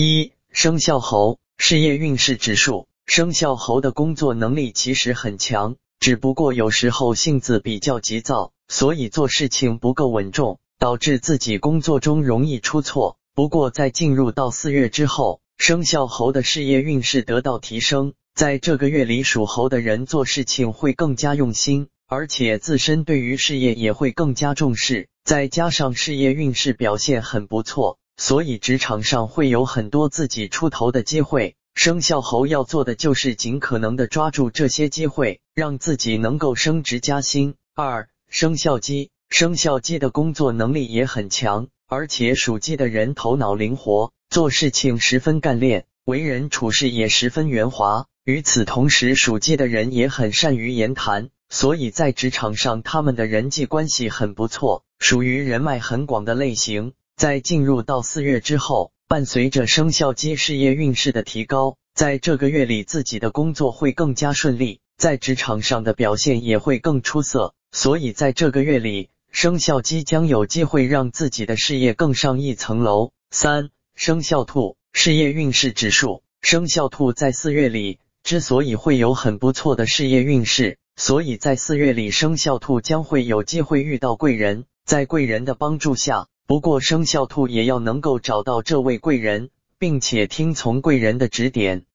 一、生肖猴事业运势指数。生肖猴的工作能力其实很强，只不过有时候性子比较急躁，所以做事情不够稳重，导致自己工作中容易出错。不过在进入到4月之后，生肖猴的事业运势得到提升，在这个月里属猴的人做事情会更加用心，而且自身对于事业也会更加重视，再加上事业运势表现很不错，所以职场上会有很多自己出头的机会。生肖猴要做的就是尽可能的抓住这些机会，让自己能够升职加薪。二、生肖鸡。生肖鸡的工作能力也很强，而且属鸡的人头脑灵活，做事情十分干练，为人处事也十分圆滑。与此同时，属鸡的人也很善于言谈，所以在职场上他们的人际关系很不错，属于人脉很广的类型。在进入到4月之后，伴随着生肖鸡事业运势的提高，在这个月里自己的工作会更加顺利，在职场上的表现也会更出色，所以在这个月里，生肖鸡将有机会让自己的事业更上一层楼。三、生肖兔事业运势指数。生肖兔在4月里之所以会有很不错的事业运势，所以在4月里生肖兔将会有机会遇到贵人，在贵人的帮助下，不过生肖兔也要能够找到这位贵人，并且听从贵人的指点，